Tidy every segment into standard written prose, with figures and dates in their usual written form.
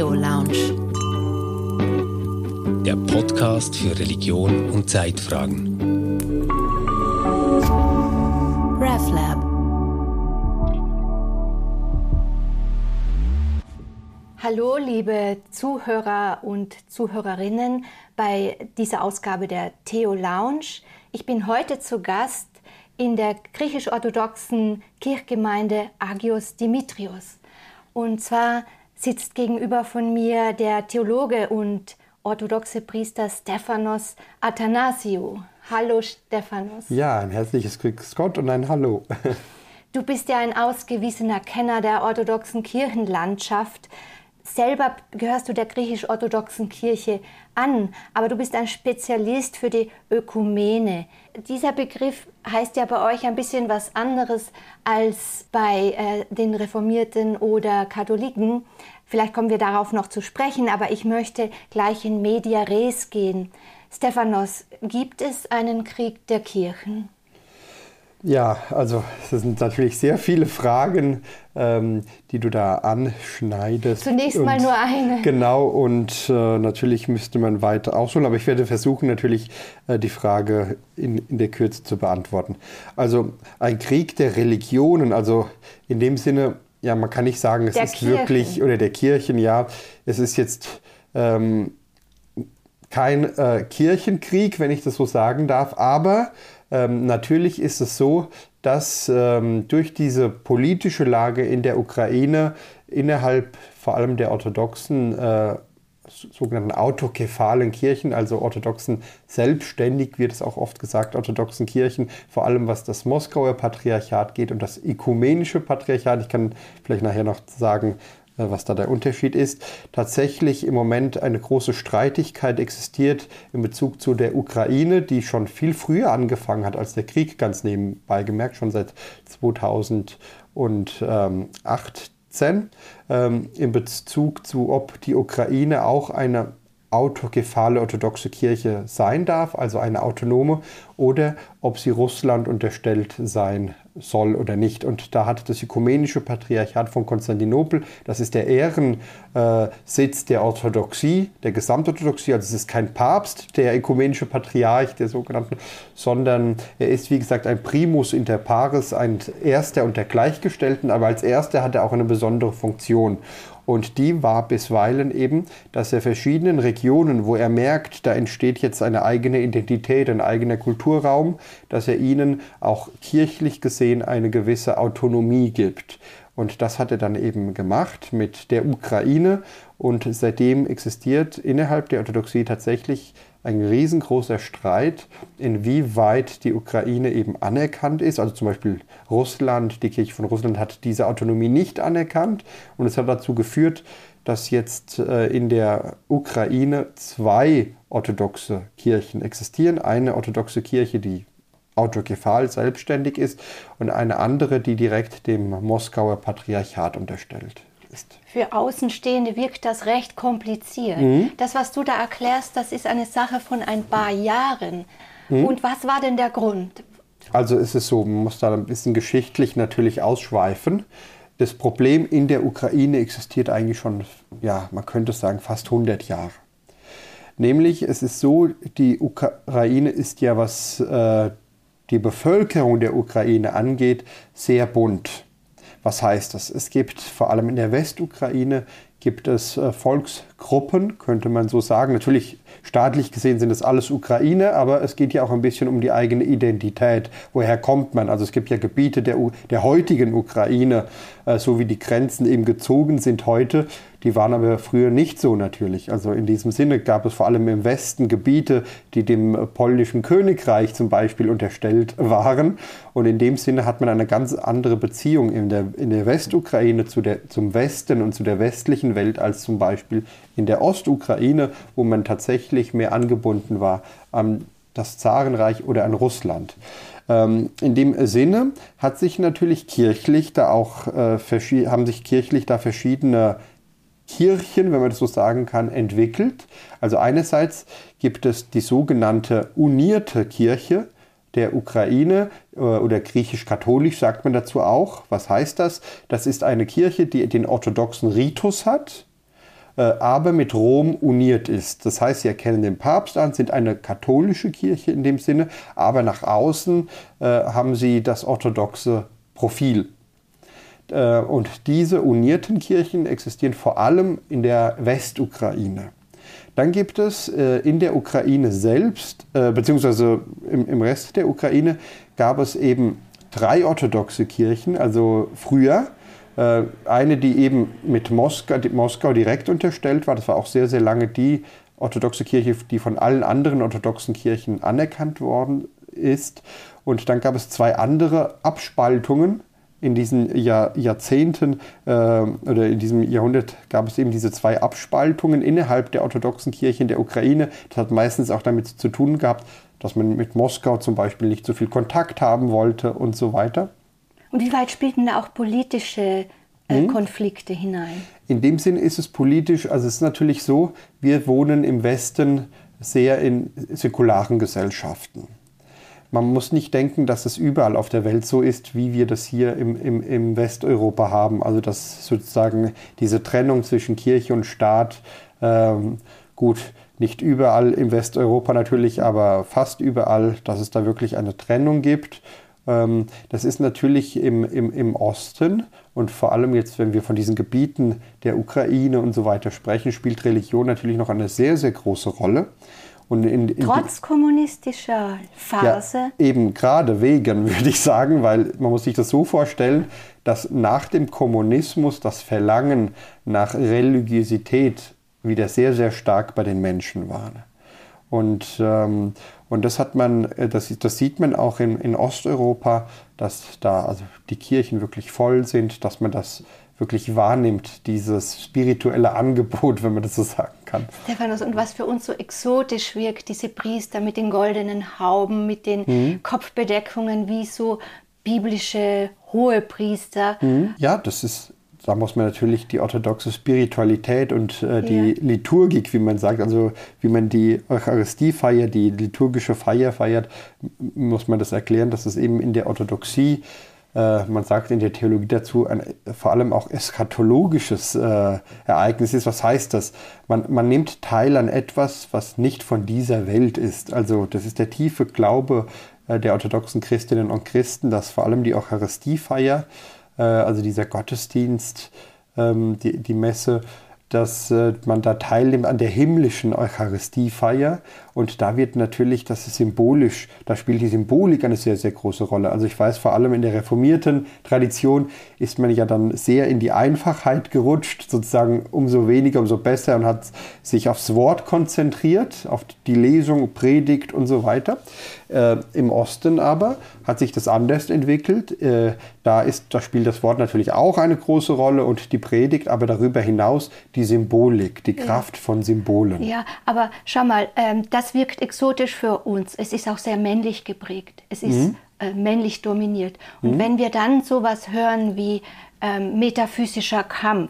Theo Lounge. Der Podcast für Religion und Zeitfragen. RefLab. Hallo liebe Zuhörer und Zuhörerinnen bei dieser Ausgabe der Theo Lounge. Ich bin heute zu Gast in der griechisch-orthodoxen Kirchgemeinde Agios Dimitrios. Und zwar sitzt gegenüber von mir der Theologe und orthodoxe Priester Stephanos Athanasiou. Hallo Stephanos. Ja, ein herzliches Grüß Gott und ein Hallo. Du bist ja ein ausgewiesener Kenner der orthodoxen Kirchenlandschaft. Selber gehörst du der griechisch-orthodoxen Kirche an, aber du bist ein Spezialist für die Ökumene. Dieser Begriff heißt ja bei euch ein bisschen was anderes als bei den Reformierten oder Katholiken. Vielleicht kommen wir darauf noch zu sprechen, aber ich möchte gleich in Media Res gehen. Stephanos, gibt es einen Krieg der Kirchen? Ja, also es sind natürlich sehr viele Fragen, die du da anschneidest. Zunächst mal nur eine. Genau, und natürlich müsste man weiter ausholen, aber ich werde versuchen, natürlich die Frage in der Kürze zu beantworten. Also ein Krieg der Religionen, also in dem Sinne, ja, man kann nicht sagen, es ist wirklich, oder der Kirchen, ja, es ist jetzt kein Kirchenkrieg, wenn ich das so sagen darf, aber natürlich ist es so, dass durch diese politische Lage in der Ukraine innerhalb vor allem der orthodoxen sogenannten autokephalen Kirchen, also orthodoxen selbstständig, wird es auch oft gesagt, orthodoxen Kirchen, vor allem was das Moskauer Patriarchat geht und das ökumenische Patriarchat, ich kann vielleicht nachher noch sagen, was da der Unterschied ist, tatsächlich im Moment eine große Streitigkeit existiert in Bezug zu der Ukraine, die schon viel früher angefangen hat als der Krieg, ganz nebenbei gemerkt, schon seit 2018, in Bezug zu, ob die Ukraine auch eine autokephale orthodoxe Kirche sein darf, also eine autonome, oder ob sie Russland unterstellt sein soll oder nicht. Und da hat das ökumenische Patriarchat von Konstantinopel, das ist der Ehrensitz der Orthodoxie, der Gesamtorthodoxie, also es ist kein Papst, der ökumenische Patriarch, der sogenannten, sondern er ist, wie gesagt, ein Primus inter pares, ein Erster unter Gleichgestellten, aber als Erster hat er auch eine besondere Funktion. Und die war bisweilen eben, dass er verschiedenen Regionen, wo er merkt, da entsteht jetzt eine eigene Identität, ein eigener Kulturraum, dass er ihnen auch kirchlich gesehen eine gewisse Autonomie gibt. Und das hat er dann eben gemacht mit der Ukraine. Und seitdem existiert innerhalb der Orthodoxie tatsächlich ein riesengroßer Streit, inwieweit die Ukraine eben anerkannt ist. Also zum Beispiel Russland, die Kirche von Russland hat diese Autonomie nicht anerkannt. Und es hat dazu geführt, dass jetzt in der Ukraine zwei orthodoxe Kirchen existieren. Eine orthodoxe Kirche, die autokephal selbstständig ist, und eine andere, die direkt dem Moskauer Patriarchat unterstellt ist. Für Außenstehende wirkt das recht kompliziert. Das, was du da erklärst, das ist eine Sache von ein paar Jahren. Und was war denn der Grund? Also es ist so, man muss da ein bisschen geschichtlich natürlich ausschweifen. Das Problem in der Ukraine existiert eigentlich schon, ja, man könnte sagen, fast 100 Jahre. Nämlich, es ist so, die Ukraine ist ja, was die Bevölkerung der Ukraine angeht, sehr bunt. Was heißt das? Es gibt vor allem in der Westukraine gibt es Volksgruppen, könnte man so sagen. Natürlich staatlich gesehen sind es alles Ukrainer, aber es geht ja auch ein bisschen um die eigene Identität. Woher kommt man? Also es gibt ja Gebiete der heutigen Ukraine, so wie die Grenzen eben gezogen sind heute. Die waren aber früher nicht so natürlich. Also in diesem Sinne gab es vor allem im Westen Gebiete, die dem polnischen Königreich zum Beispiel unterstellt waren. Und in dem Sinne hat man eine ganz andere Beziehung in der Westukraine zum Westen und zu der westlichen Welt als zum Beispiel in der Ostukraine, wo man tatsächlich mehr angebunden war an das Zarenreich oder an Russland. In dem Sinne hat sich natürlich kirchlich da auch haben sich kirchlich da verschiedene Kirchen, wenn man das so sagen kann, entwickelt. Also einerseits gibt es die sogenannte unierte Kirche der Ukraine oder griechisch-katholisch sagt man dazu auch. Was heißt das? Das ist eine Kirche, die den orthodoxen Ritus hat aber mit Rom uniert ist. Das heißt, sie erkennen den Papst an, sind eine katholische Kirche in dem Sinne, aber nach außen haben sie das orthodoxe Profil. Und diese unierten Kirchen existieren vor allem in der Westukraine. Dann gibt es in der Ukraine selbst, beziehungsweise im Rest der Ukraine, gab es eben 3 orthodoxe Kirchen, also früher. Eine, die eben mit Moskau direkt unterstellt war, das war auch sehr, sehr lange die orthodoxe Kirche, die von allen anderen orthodoxen Kirchen anerkannt worden ist. Und dann gab es 2 andere Abspaltungen. In diesen Jahrzehnten oder in diesem Jahrhundert gab es eben diese 2 Abspaltungen innerhalb der orthodoxen Kirche in der Ukraine. Das hat meistens auch damit zu tun gehabt, dass man mit Moskau zum Beispiel nicht so viel Kontakt haben wollte und so weiter. Und wie weit spielten da auch politische Konflikte hinein? In dem Sinn ist es politisch, also es ist natürlich so, wir wohnen im Westen sehr in säkularen Gesellschaften. Man muss nicht denken, dass es überall auf der Welt so ist, wie wir das hier im Westeuropa haben. Also dass sozusagen diese Trennung zwischen Kirche und Staat, gut, nicht überall im Westeuropa natürlich, aber fast überall, dass es da wirklich eine Trennung gibt. Das ist natürlich im Osten und vor allem jetzt, wenn wir von diesen Gebieten der Ukraine und so weiter sprechen, spielt Religion natürlich noch eine sehr, sehr große Rolle. Und trotz kommunistischer Phase? Ja, eben gerade wegen, würde ich sagen, weil man muss sich das so vorstellen, dass nach dem Kommunismus das Verlangen nach Religiosität wieder sehr, sehr stark bei den Menschen war. Und das hat man, das sieht man auch in Osteuropa, dass da also die Kirchen wirklich voll sind, dass man das wirklich wahrnimmt, dieses spirituelle Angebot, wenn man das so sagen kann. Stephanus, und was für uns so exotisch wirkt, diese Priester mit den goldenen Hauben, mit den Kopfbedeckungen, wie so biblische Hohepriester. Ja, da muss man natürlich die orthodoxe Spiritualität und die Liturgik, wie man sagt, also wie man die Eucharistiefeier, die liturgische Feier feiert, muss man das erklären, dass es eben in der Orthodoxie, man sagt in der Theologie dazu, vor allem auch eschatologisches Ereignis ist. Was heißt das? Man nimmt teil an etwas, was nicht von dieser Welt ist. Also das ist der tiefe Glaube der orthodoxen Christinnen und Christen, dass vor allem die Eucharistiefeier, also dieser Gottesdienst, die Messe, dass man da teilnimmt an der himmlischen Eucharistiefeier. Und da wird natürlich, das ist symbolisch, da spielt die Symbolik eine sehr, sehr große Rolle. Also ich weiß, vor allem in der reformierten Tradition ist man ja dann sehr in die Einfachheit gerutscht, sozusagen umso weniger, umso besser, und hat sich aufs Wort konzentriert, auf die Lesung, Predigt und so weiter. Im Osten aber hat sich das anders entwickelt. Da spielt das Wort natürlich auch eine große Rolle und die Predigt, aber darüber hinaus die Symbolik, die Kraft von Symbolen. Ja, aber schau mal, das wirkt exotisch für uns. Es ist auch sehr männlich geprägt. Es ist männlich dominiert. Und wenn wir dann sowas hören wie metaphysischer Kampf,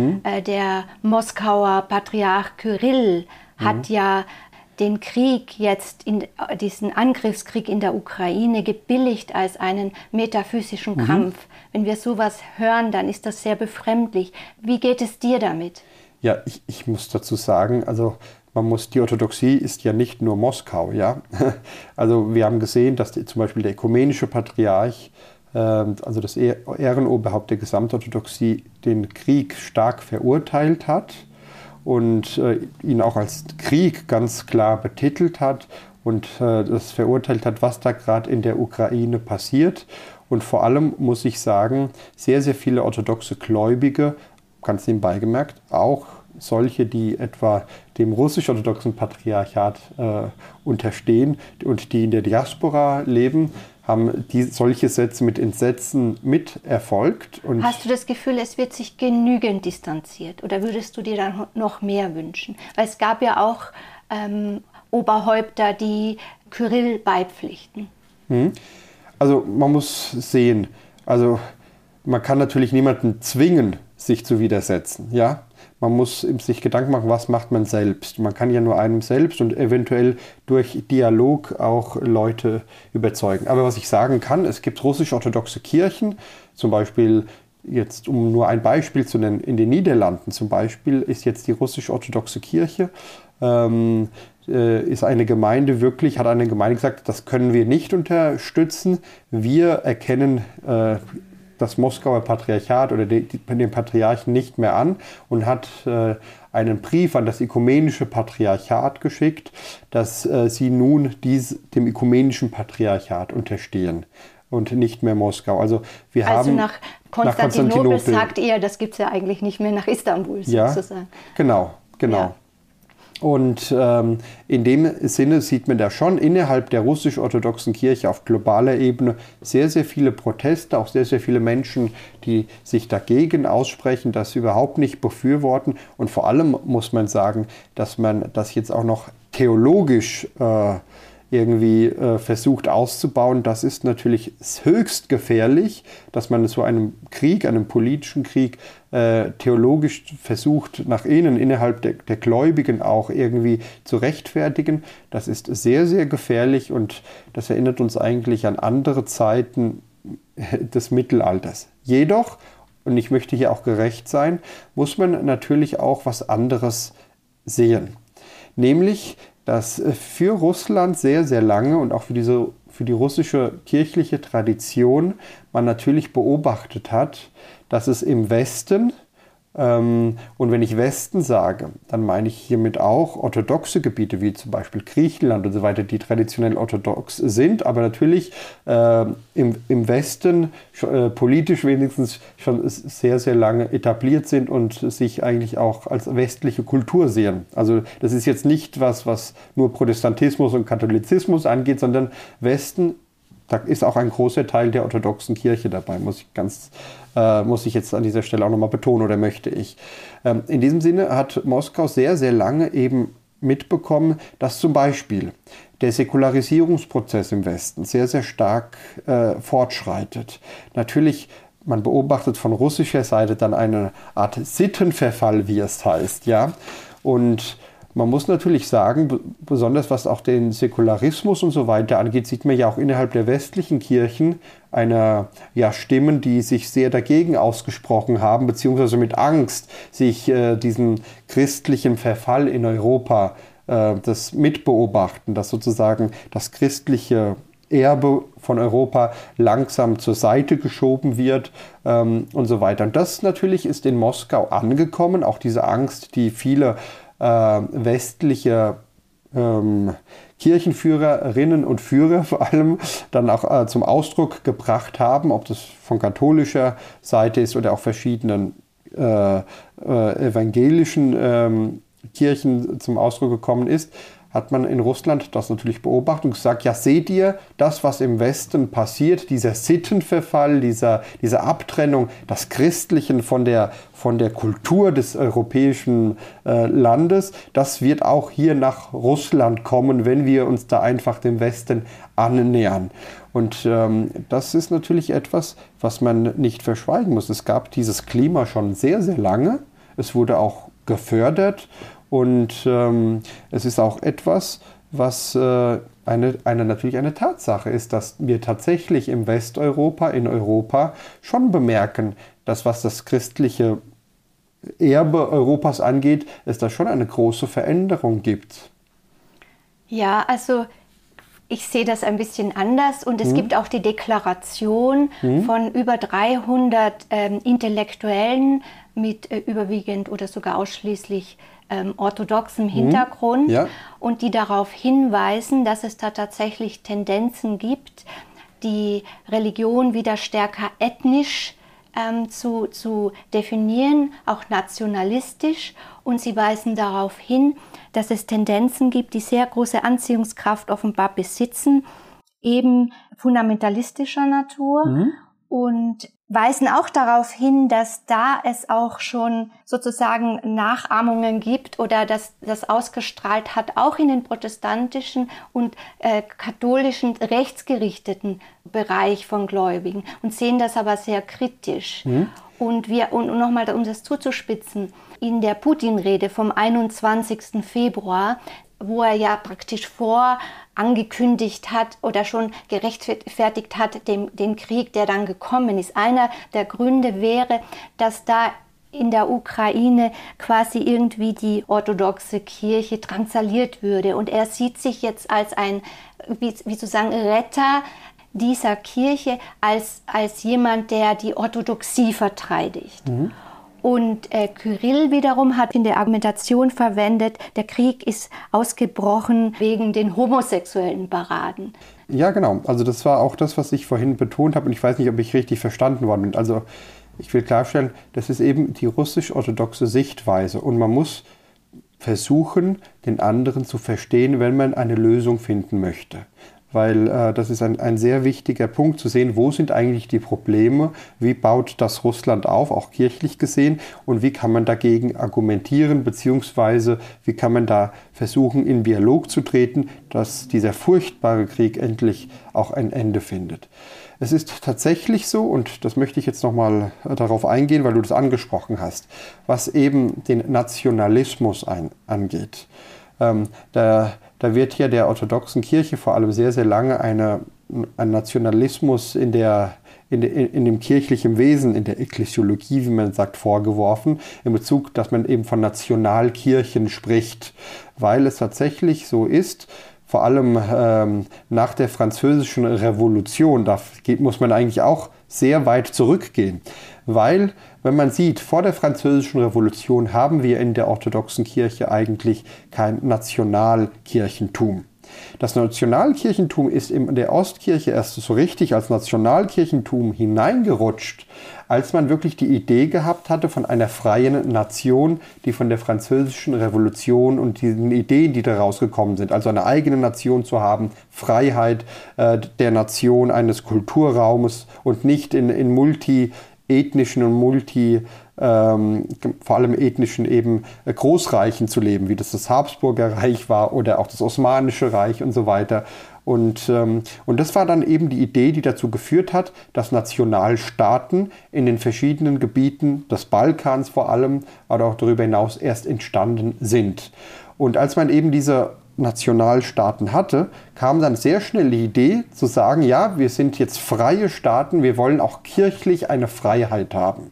der Moskauer Patriarch Kyrill hat ja den Krieg jetzt, diesen Angriffskrieg in der Ukraine gebilligt als einen metaphysischen Kampf. Wenn wir sowas hören, dann ist das sehr befremdlich. Wie geht es dir damit? Ja, ich muss dazu sagen, also die Orthodoxie ist ja nicht nur Moskau, ja. Also wir haben gesehen, dass zum Beispiel der ökumenische Patriarch, also das Ehrenoberhaupt der Gesamtorthodoxie, den Krieg stark verurteilt hat und ihn auch als Krieg ganz klar betitelt hat und das verurteilt hat, was da gerade in der Ukraine passiert. Und vor allem muss ich sagen, sehr, sehr viele orthodoxe Gläubige, ganz nebenbei gemerkt, auch solche, die etwa dem russisch-orthodoxen Patriarchat unterstehen und die in der Diaspora leben, haben solche Sätze mit Entsetzen miterfolgt. Und hast du das Gefühl, es wird sich genügend distanziert oder würdest du dir dann noch mehr wünschen? Weil es gab ja auch Oberhäupter, die Kyrill beipflichten. Also man muss sehen, also man kann natürlich niemanden zwingen, sich zu widersetzen, ja. Man muss sich Gedanken machen, was macht man selbst. Man kann ja nur einem selbst und eventuell durch Dialog auch Leute überzeugen. Aber was ich sagen kann, es gibt russisch-orthodoxe Kirchen, zum Beispiel jetzt um nur ein Beispiel zu nennen, in den Niederlanden zum Beispiel ist jetzt die russisch-orthodoxe Kirche, ist eine Gemeinde wirklich, hat eine Gemeinde gesagt, das können wir nicht unterstützen. Wir erkennen das Moskauer Patriarchat oder den Patriarchen nicht mehr an und hat einen Brief an das ökumenische Patriarchat geschickt, dass sie nun dem ökumenischen Patriarchat unterstehen und nicht mehr Moskau. Also wir haben nach Konstantinopel sagt ihr, das gibt es ja eigentlich nicht mehr, nach Istanbul sozusagen. Genau. Ja. Und in dem Sinne sieht man da schon innerhalb der russisch-orthodoxen Kirche auf globaler Ebene sehr, sehr viele Proteste, auch sehr, sehr viele Menschen, die sich dagegen aussprechen, das überhaupt nicht befürworten. Und vor allem muss man sagen, dass man das jetzt auch noch theologisch irgendwie versucht auszubauen. Das ist natürlich höchst gefährlich, dass man so einem Krieg, einem politischen Krieg, theologisch versucht, nach innen, innerhalb der Gläubigen auch irgendwie zu rechtfertigen. Das ist sehr, sehr gefährlich und das erinnert uns eigentlich an andere Zeiten des Mittelalters. Jedoch, und ich möchte hier auch gerecht sein, muss man natürlich auch was anderes sehen. Nämlich, dass für Russland sehr, sehr lange und auch für die russische kirchliche Tradition man natürlich beobachtet hat, dass es im Westen, und wenn ich Westen sage, dann meine ich hiermit auch orthodoxe Gebiete, wie zum Beispiel Griechenland und so weiter, die traditionell orthodox sind, aber natürlich im Westen politisch wenigstens schon sehr, sehr lange etabliert sind und sich eigentlich auch als westliche Kultur sehen. Also das ist jetzt nicht was nur Protestantismus und Katholizismus angeht, sondern Westen, da ist auch ein großer Teil der orthodoxen Kirche dabei, muss ich jetzt an dieser Stelle auch nochmal betonen oder möchte ich. In diesem Sinne hat Moskau sehr, sehr lange eben mitbekommen, dass zum Beispiel der Säkularisierungsprozess im Westen sehr, sehr stark fortschreitet. Natürlich, man beobachtet von russischer Seite dann eine Art Sittenverfall, wie es heißt, ja. Und man muss natürlich sagen, besonders was auch den Säkularismus und so weiter angeht, sieht man ja auch innerhalb der westlichen Kirchen Stimmen, die sich sehr dagegen ausgesprochen haben, beziehungsweise mit Angst sich diesen christlichen Verfall in Europa das mitbeobachten, dass sozusagen das christliche Erbe von Europa langsam zur Seite geschoben wird und so weiter. Und das natürlich ist in Moskau angekommen, auch diese Angst, die viele westliche Kirchenführerinnen und Führer vor allem dann auch zum Ausdruck gebracht haben, ob das von katholischer Seite ist oder auch verschiedenen evangelischen Kirchen zum Ausdruck gekommen ist, hat man in Russland das natürlich beobachtet und gesagt, ja, seht ihr, das, was im Westen passiert, dieser Sittenverfall, diese Abtrennung des Christlichen von der Kultur des europäischen Landes, das wird auch hier nach Russland kommen, wenn wir uns da einfach dem Westen annähern. Und das ist natürlich etwas, was man nicht verschweigen muss. Es gab dieses Klima schon sehr, sehr lange. Es wurde auch gefördert. Und es ist auch etwas, was natürlich eine Tatsache ist, dass wir tatsächlich in Europa schon bemerken, dass was das christliche Erbe Europas angeht, es da schon eine große Veränderung gibt. Ja, also ich sehe das ein bisschen anders und es gibt auch die Deklaration von über 300 Intellektuellen mit überwiegend oder sogar ausschließlich orthodoxem Hintergrund und die darauf hinweisen, dass es da tatsächlich Tendenzen gibt, die Religion wieder stärker ethnisch zu definieren, auch nationalistisch. Und sie weisen darauf hin, dass es Tendenzen gibt, die sehr große Anziehungskraft offenbar besitzen, eben fundamentalistischer Natur. Und weisen auch darauf hin, dass da es auch schon sozusagen Nachahmungen gibt oder dass das ausgestrahlt hat, auch in den protestantischen und katholischen rechtsgerichteten Bereich von Gläubigen und sehen das aber sehr kritisch. Und nochmal, um das zuzuspitzen, in der Putin-Rede vom 21. Februar wo er ja praktisch angekündigt hat oder schon gerechtfertigt hat, den Krieg, der dann gekommen ist. Einer der Gründe wäre, dass da in der Ukraine quasi irgendwie die orthodoxe Kirche drangsaliert würde. Und er sieht sich jetzt als ein, wie sozusagen, Retter dieser Kirche, als jemand, der die Orthodoxie verteidigt. Mhm. Und Kyrill wiederum hat in der Argumentation verwendet, der Krieg ist ausgebrochen wegen den homosexuellen Paraden. Ja, genau. Also das war auch das, was ich vorhin betont habe. Und ich weiß nicht, ob ich richtig verstanden worden bin. Also ich will klarstellen, das ist eben die russisch-orthodoxe Sichtweise. Und man muss versuchen, den anderen zu verstehen, wenn man eine Lösung finden möchte. Weil das ist ein sehr wichtiger Punkt, zu sehen, wo sind eigentlich die Probleme, wie baut das Russland auf, auch kirchlich gesehen, und wie kann man dagegen argumentieren, beziehungsweise wie kann man da versuchen, in Dialog zu treten, dass dieser furchtbare Krieg endlich auch ein Ende findet. Es ist tatsächlich so, und das möchte ich jetzt nochmal darauf eingehen, weil du das angesprochen hast, was eben den Nationalismus angeht. Da wird hier der orthodoxen Kirche vor allem sehr, sehr lange ein Nationalismus in dem kirchlichen Wesen, in der Ekklesiologie, wie man sagt, vorgeworfen, in Bezug, dass man eben von Nationalkirchen spricht, weil es tatsächlich so ist, vor allem nach der Französischen Revolution, da muss man eigentlich auch sehr weit zurückgehen, weil, wenn man sieht, vor der Französischen Revolution haben wir in der orthodoxen Kirche eigentlich kein Nationalkirchentum. Das Nationalkirchentum ist in der Ostkirche erst so richtig als Nationalkirchentum hineingerutscht, als man wirklich die Idee gehabt hatte von einer freien Nation, die von der Französischen Revolution und diesen Ideen, die daraus gekommen sind, also eine eigene Nation zu haben, Freiheit der Nation, eines Kulturraumes und nicht in multiethnischen und vor allem ethnischen eben Großreichen zu leben, wie das Habsburger Reich war oder auch das Osmanische Reich und so weiter. Und das war dann eben die Idee, die dazu geführt hat, dass Nationalstaaten in den verschiedenen Gebieten des Balkans vor allem, aber auch darüber hinaus erst entstanden sind. Und als man eben diese Nationalstaaten hatte, kam dann sehr schnell die Idee zu sagen, ja, wir sind jetzt freie Staaten, wir wollen auch kirchlich eine Freiheit haben.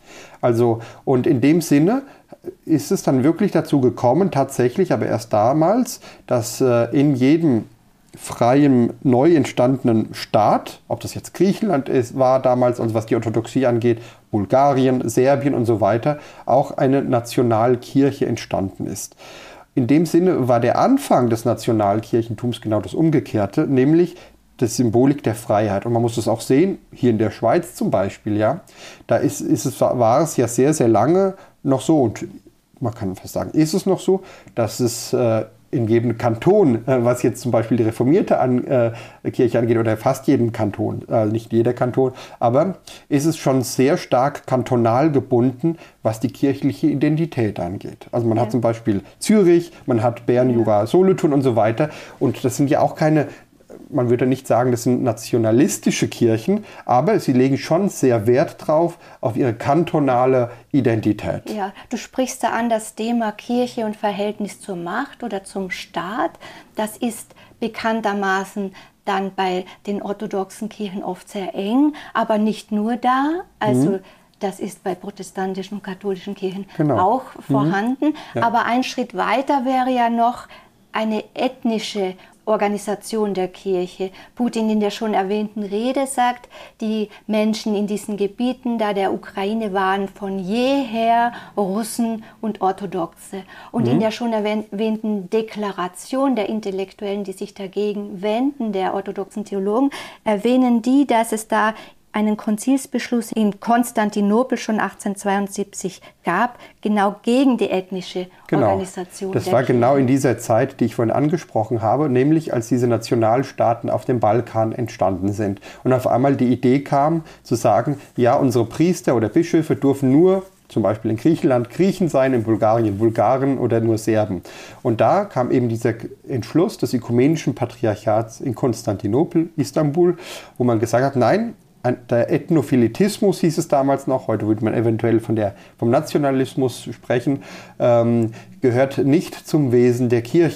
Also, und in dem Sinne ist es dann wirklich dazu gekommen, tatsächlich, aber erst damals, dass in jedem freien, neu entstandenen Staat, ob das jetzt Griechenland war damals, also was die Orthodoxie angeht, Bulgarien, Serbien und so weiter, auch eine Nationalkirche entstanden ist. In dem Sinne war der Anfang des Nationalkirchentums genau das Umgekehrte, nämlich die Symbolik der Freiheit. Und man muss es auch sehen, hier in der Schweiz zum Beispiel, ja, da war es ja sehr, sehr lange noch so, und man kann fast sagen, ist es noch so, dass es in jedem Kanton, was jetzt zum Beispiel die reformierte Kirche angeht, oder fast jeden Kanton, nicht jeder Kanton, aber ist es schon sehr stark kantonal gebunden, was die kirchliche Identität angeht. Also man hat zum Beispiel Zürich, man hat Bern, Jura, Solothurn und so weiter, und das sind ja auch keine, man würde nicht sagen, das sind nationalistische Kirchen, aber sie legen schon sehr Wert drauf, auf ihre kantonale Identität. Ja, du sprichst da an das Thema Kirche und Verhältnis zur Macht oder zum Staat. Das ist bekanntermaßen dann bei den orthodoxen Kirchen oft sehr eng, aber nicht nur da. Also das ist bei protestantischen und katholischen Kirchen auch vorhanden. Ja. Aber ein Schritt weiter wäre ja noch eine ethnische Organisation der Kirche. Putin in der schon erwähnten Rede sagt, die Menschen in diesen Gebieten da der Ukraine waren von jeher Russen und Orthodoxe. Und in der schon erwähnten Deklaration der Intellektuellen, die sich dagegen wenden, der orthodoxen Theologen, erwähnen die, dass es da einen Konzilsbeschluss in Konstantinopel schon 1872 gab, genau gegen die ethnische Organisation. Das war genau in dieser Zeit, die ich vorhin angesprochen habe, nämlich als diese Nationalstaaten auf dem Balkan entstanden sind. Und auf einmal die Idee kam, zu sagen, ja, unsere Priester oder Bischöfe dürfen nur zum Beispiel in Griechenland Griechen sein, in Bulgarien Bulgaren oder nur Serben. Und da kam eben dieser Entschluss des Ökumenischen Patriarchats in Konstantinopel, Istanbul, wo man gesagt hat, nein, der Ethnophilitismus hieß es damals noch, heute würde man eventuell vom Nationalismus sprechen, gehört nicht zum Wesen der Kirche,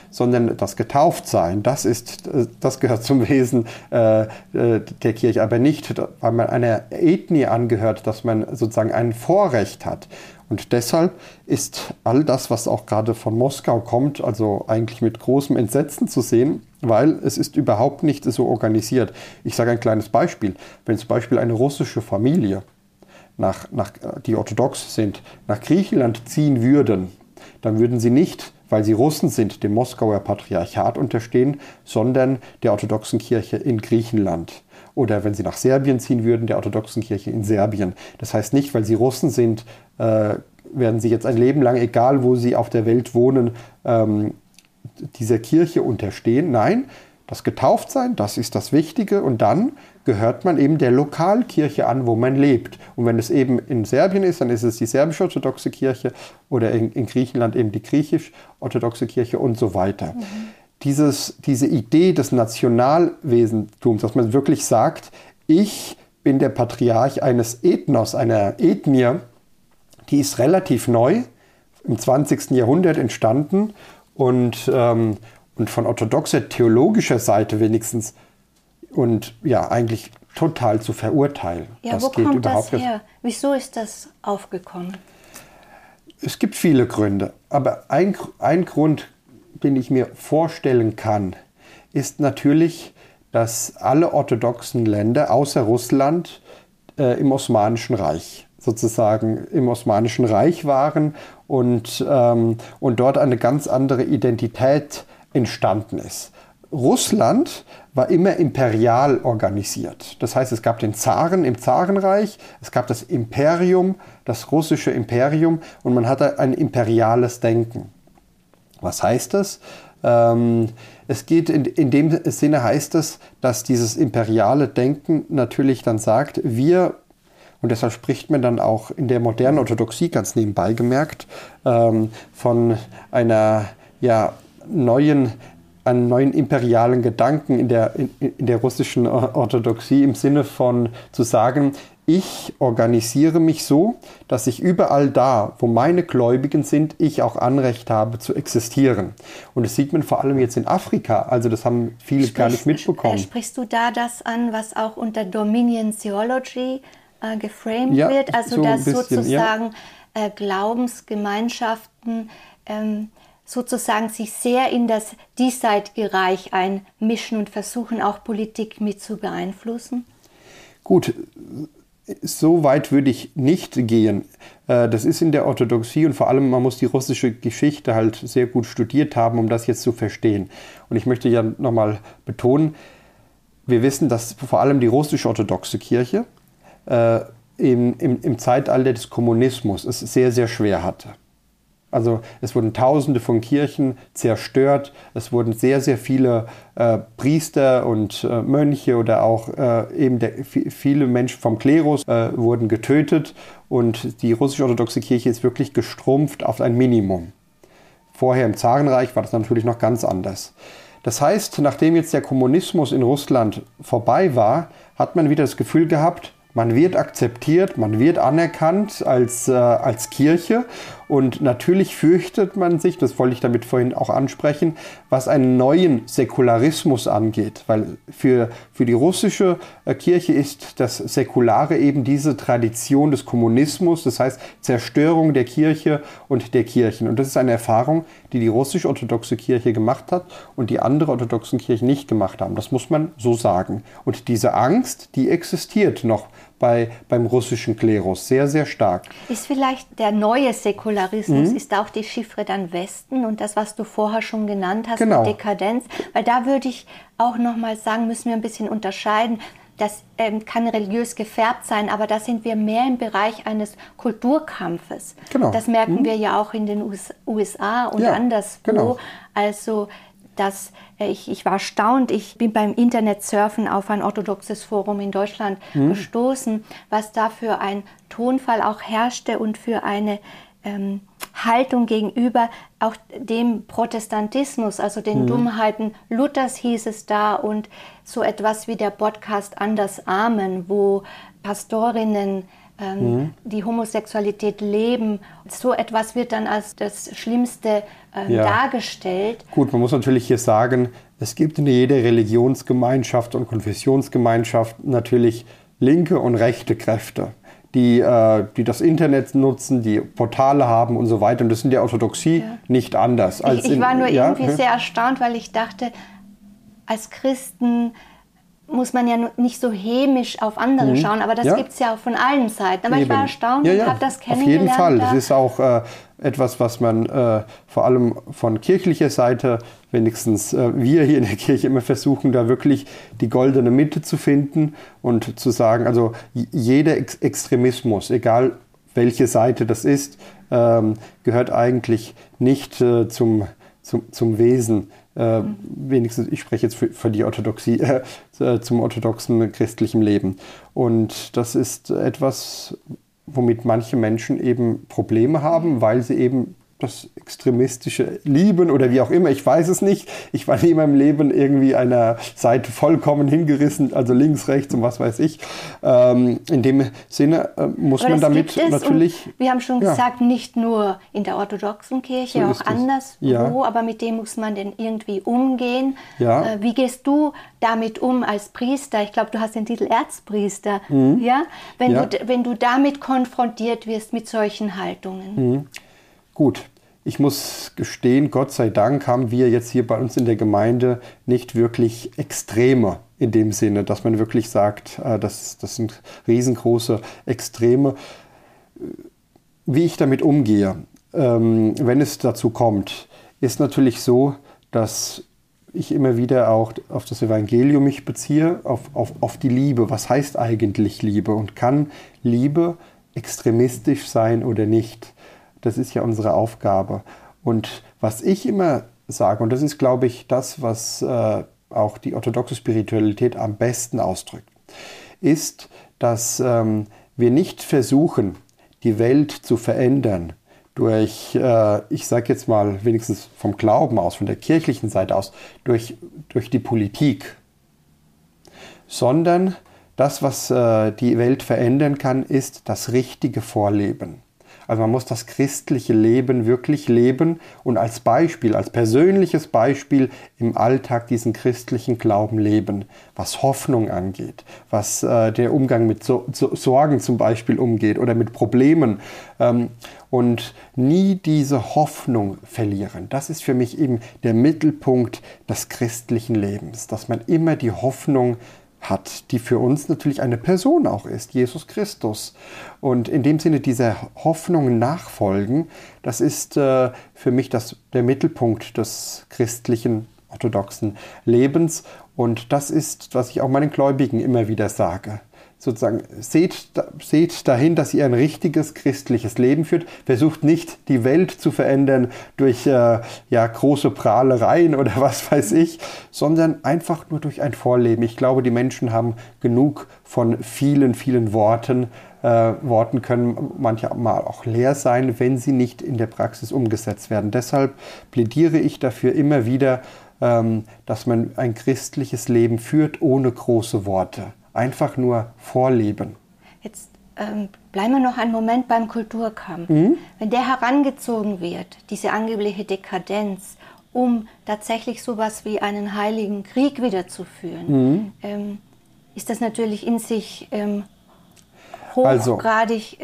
sondern das Getauftsein, das gehört zum Wesen der Kirche, aber nicht, weil man einer Ethnie angehört, dass man sozusagen ein Vorrecht hat. Und deshalb ist all das, was auch gerade von Moskau kommt, also eigentlich mit großem Entsetzen zu sehen, weil es ist überhaupt nicht so organisiert. Ich sage ein kleines Beispiel. Wenn zum Beispiel eine russische Familie, die orthodox sind, nach Griechenland ziehen würden, dann würden sie nicht, weil sie Russen sind, dem Moskauer Patriarchat unterstehen, sondern der orthodoxen Kirche in Griechenland. Oder wenn sie nach Serbien ziehen würden, der orthodoxen Kirche in Serbien. Das heißt nicht, weil sie Russen sind, werden sie jetzt ein Leben lang, egal wo sie auf der Welt wohnen, dieser Kirche unterstehen. Nein, das Getauftsein, das ist das Wichtige. Und dann gehört man eben der Lokalkirche an, wo man lebt. Und wenn es eben in Serbien ist, dann ist es die serbisch-orthodoxe Kirche oder in Griechenland eben die griechisch-orthodoxe Kirche und so weiter. Mhm. Diese Idee des Nationalwesentums, dass man wirklich sagt, ich bin der Patriarch eines Ethnos, einer Ethnie, die ist relativ neu, im 20. Jahrhundert entstanden und von orthodoxer theologischer Seite wenigstens und ja eigentlich total zu verurteilen. Ja, das wo geht kommt das her? Wieso ist das aufgekommen? Es gibt viele Gründe, aber ein Grund, den ich mir vorstellen kann, ist natürlich, dass alle orthodoxen Länder außer Russland im Osmanischen Reich waren und dort eine ganz andere Identität entstanden ist. Russland war immer imperial organisiert. Das heißt, es gab den Zaren im Zarenreich, es gab das Imperium, das russische Imperium und man hatte ein imperiales Denken. Was heißt das? Es geht in dem Sinne heißt es, dass dieses imperiale Denken natürlich dann sagt, und deshalb spricht man dann auch in der modernen Orthodoxie, ganz nebenbei gemerkt, von einem neuen imperialen Gedanken in der russischen Orthodoxie im Sinne von zu sagen, ich organisiere mich so, dass ich überall da, wo meine Gläubigen sind, ich auch Anrecht habe zu existieren. Und das sieht man vor allem jetzt in Afrika. Also das haben viele gar nicht mitbekommen. Sprichst du da das an, was auch unter Dominion Theology geframed wird? Also so dass bisschen, sozusagen Glaubensgemeinschaften sozusagen sich sehr in das diesseitige Reich einmischen und versuchen auch Politik mit zu beeinflussen? Gut, so weit würde ich nicht gehen. Das ist in der Orthodoxie und vor allem, man muss die russische Geschichte halt sehr gut studiert haben, um das jetzt zu verstehen. Und ich möchte ja nochmal betonen, wir wissen, dass vor allem die russisch-orthodoxe Kirche im Zeitalter des Kommunismus es sehr, sehr schwer hatte. Also es wurden Tausende von Kirchen zerstört, es wurden sehr, sehr viele Priester und Mönche oder auch viele Menschen vom Klerus wurden getötet und die russisch-orthodoxe Kirche ist wirklich gestrumpft auf ein Minimum. Vorher im Zarenreich war das natürlich noch ganz anders. Das heißt, nachdem jetzt der Kommunismus in Russland vorbei war, hat man wieder das Gefühl gehabt, man wird akzeptiert, man wird anerkannt als Kirche und natürlich fürchtet man sich, das wollte ich damit vorhin auch ansprechen, was einen neuen Säkularismus angeht, weil für die russische Kirche ist das Säkulare eben diese Tradition des Kommunismus, das heißt Zerstörung der Kirche und der Kirchen. Und das ist eine Erfahrung, die die russisch-orthodoxe Kirche gemacht hat und die andere orthodoxen Kirchen nicht gemacht haben. Das muss man so sagen. Und diese Angst, die existiert noch beim russischen Klerus sehr, sehr stark. Ist vielleicht der neue Säkularismus, ist auch die Chiffre dann Westen und das, was du vorher schon genannt hast, genau. Mit Dekadenz, weil da würde ich auch nochmal sagen, müssen wir ein bisschen unterscheiden. Das kann religiös gefärbt sein, aber da sind wir mehr im Bereich eines Kulturkampfes. Genau. Das merken wir ja auch in den USA und anderswo. Genau. Also ich war erstaunt, ich bin beim Internetsurfen auf ein orthodoxes Forum in Deutschland gestoßen, was da für ein Tonfall auch herrschte und für eine Haltung gegenüber auch dem Protestantismus, also den Dummheiten Luthers hieß es da und so etwas wie der Podcast Anders Amen, wo Pastorinnen die Homosexualität leben. So etwas wird dann als das Schlimmste dargestellt. Gut, man muss natürlich hier sagen, es gibt in jeder Religionsgemeinschaft und Konfessionsgemeinschaft natürlich linke und rechte Kräfte, die das Internet nutzen, die Portale haben und so weiter. Und das ist in der Orthodoxie nicht anders. Ich war nur irgendwie sehr erstaunt, weil ich dachte, als Christen muss man ja nicht so hämisch auf andere schauen, aber das gibt es ja auch von allen Seiten. Aber ich war erstaunt und habe das kennengelernt. Auf jeden Fall. Das ist auch etwas, was man vor allem von kirchlicher Seite, wenigstens wir hier in der Kirche immer versuchen, da wirklich die goldene Mitte zu finden und zu sagen, also jeder Extremismus, egal welche Seite das ist, gehört eigentlich nicht zum Wesen. Wenigstens, ich spreche jetzt für die Orthodoxie, zum orthodoxen christlichen Leben. Und das ist etwas, womit manche Menschen eben Probleme haben, weil sie eben das Extremistische lieben oder wie auch immer, ich weiß es nicht. Ich war nie in meinem Leben irgendwie einer Seite vollkommen hingerissen, also links, rechts und was weiß ich. In dem Sinne muss man damit natürlich... Wir haben schon gesagt, nicht nur in der orthodoxen Kirche, auch anderswo, aber mit dem muss man denn irgendwie umgehen. Ja. Wie gehst du damit um als Priester? Ich glaube, du hast den Titel Erzpriester. Ja? Wenn du damit konfrontiert wirst mit solchen Haltungen. Gut, ich muss gestehen, Gott sei Dank haben wir jetzt hier bei uns in der Gemeinde nicht wirklich Extreme in dem Sinne, dass man wirklich sagt, das sind riesengroße Extreme. Wie ich damit umgehe, wenn es dazu kommt, ist natürlich so, dass ich immer wieder auch auf das Evangelium mich beziehe, auf die Liebe. Was heißt eigentlich Liebe und kann Liebe extremistisch sein oder nicht? Das ist ja unsere Aufgabe. Und was ich immer sage, und das ist, glaube ich, das, was auch die orthodoxe Spiritualität am besten ausdrückt, ist, dass wir nicht versuchen, die Welt zu verändern durch, ich sage jetzt mal wenigstens vom Glauben aus, von der kirchlichen Seite aus, durch die Politik, sondern das, was die Welt verändern kann, ist das richtige Vorleben. Also man muss das christliche Leben wirklich leben und als Beispiel, als persönliches Beispiel im Alltag diesen christlichen Glauben leben, was Hoffnung angeht, was der Umgang mit Sorgen zum Beispiel umgeht oder mit Problemen und nie diese Hoffnung verlieren. Das ist für mich eben der Mittelpunkt des christlichen Lebens, dass man immer die Hoffnung hat, die für uns natürlich eine Person auch ist, Jesus Christus. Und in dem Sinne dieser Hoffnung nachfolgen, das ist für mich der Mittelpunkt des christlichen, orthodoxen Lebens. Und das ist, was ich auch meinen Gläubigen immer wieder sage. Sozusagen, seht dahin, dass ihr ein richtiges christliches Leben führt. Versucht nicht, die Welt zu verändern durch große Prahlereien oder was weiß ich, sondern einfach nur durch ein Vorleben. Ich glaube, die Menschen haben genug von vielen, vielen Worten. Worten können manchmal auch leer sein, wenn sie nicht in der Praxis umgesetzt werden. Deshalb plädiere ich dafür immer wieder, dass man ein christliches Leben führt ohne große Worte. Einfach nur vorleben. Jetzt bleiben wir noch einen Moment beim Kulturkampf. Wenn der herangezogen wird, diese angebliche Dekadenz, um tatsächlich sowas wie einen heiligen Krieg wiederzuführen, ist das natürlich in sich hochgradig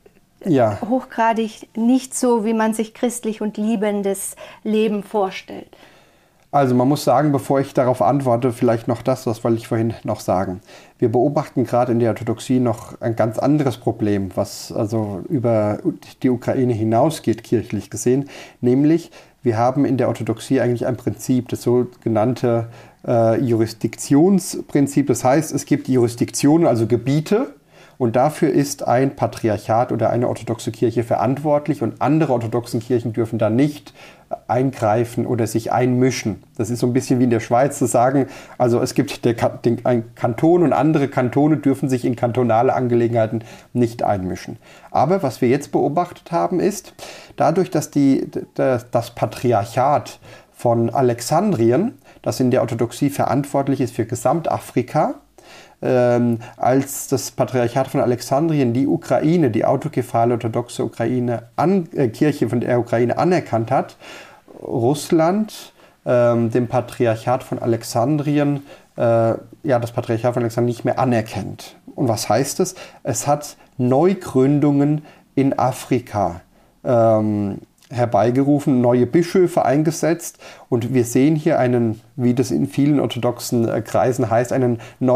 nicht so, wie man sich christlich und liebendes Leben vorstellt. Also man muss sagen, bevor ich darauf antworte, vielleicht noch das wollte ich vorhin noch sagen. Wir beobachten gerade in der Orthodoxie noch ein ganz anderes Problem, was also über die Ukraine hinausgeht, kirchlich gesehen. Nämlich, wir haben in der Orthodoxie eigentlich ein Prinzip, das sogenannte Jurisdiktionsprinzip. Das heißt, es gibt Jurisdiktionen, also Gebiete, und dafür ist ein Patriarchat oder eine orthodoxe Kirche verantwortlich und andere orthodoxen Kirchen dürfen da nicht eingreifen oder sich einmischen. Das ist so ein bisschen wie in der Schweiz zu sagen, also es gibt ein Kanton und andere Kantone dürfen sich in kantonale Angelegenheiten nicht einmischen. Aber was wir jetzt beobachtet haben ist, dadurch, dass das Patriarchat von Alexandrien, das in der Orthodoxie verantwortlich ist für Gesamtafrika, als das Patriarchat von Alexandrien die Ukraine, die autokephale orthodoxe Kirche von der Ukraine anerkannt hat, Russland dem Patriarchat von Alexandrien, das Patriarchat von Alexandrien nicht mehr anerkennt. Und was heißt es? Es hat Neugründungen in Afrika herbeigerufen, neue Bischöfe eingesetzt und wir sehen hier wie das in vielen orthodoxen Kreisen heißt, einen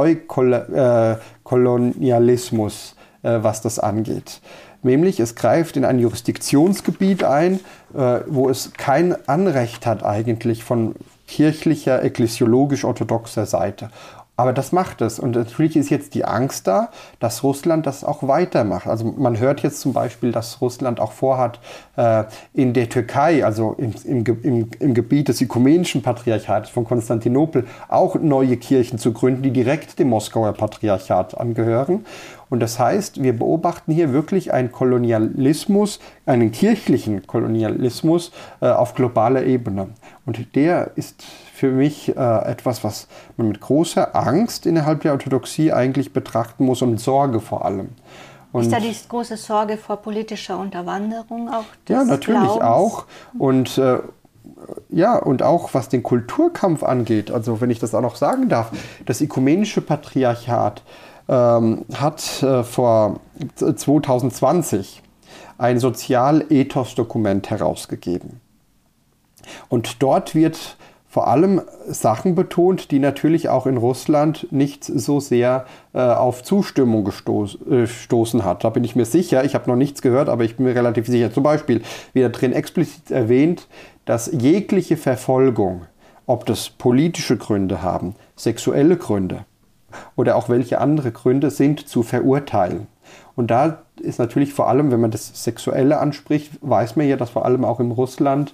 Neukolonialismus, was das angeht. Nämlich es greift in ein Jurisdiktionsgebiet ein, wo es kein Anrecht hat eigentlich von kirchlicher, ekklesiologisch-orthodoxer Seite. Aber das macht es. Und natürlich ist jetzt die Angst da, dass Russland das auch weitermacht. Also man hört jetzt zum Beispiel, dass Russland auch vorhat, in der Türkei, also im Gebiet des ökumenischen Patriarchats von Konstantinopel, auch neue Kirchen zu gründen, die direkt dem Moskauer Patriarchat angehören. Und das heißt, wir beobachten hier wirklich einen Kolonialismus, einen kirchlichen Kolonialismus auf globaler Ebene. Und der ist für mich etwas, was man mit großer Angst innerhalb der Orthodoxie eigentlich betrachten muss und mit Sorge vor allem. Und ist da die große Sorge vor politischer Unterwanderung auch des Ja, natürlich Glaubens? auch. Und und auch was den Kulturkampf angeht, also wenn ich das auch noch sagen darf, das ökumenische Patriarchat hat vor 2020 ein Sozialethos-Dokument herausgegeben. Und dort wird vor allem Sachen betont, die natürlich auch in Russland nicht so sehr auf Zustimmung gestoßen hat. Da bin ich mir sicher, ich habe noch nichts gehört, aber ich bin mir relativ sicher. Zum Beispiel wird da drin explizit erwähnt, dass jegliche Verfolgung, ob das politische Gründe haben, sexuelle Gründe oder auch welche andere Gründe sind, zu verurteilen. Und da ist natürlich vor allem, wenn man das Sexuelle anspricht, weiß man ja, dass vor allem auch in Russland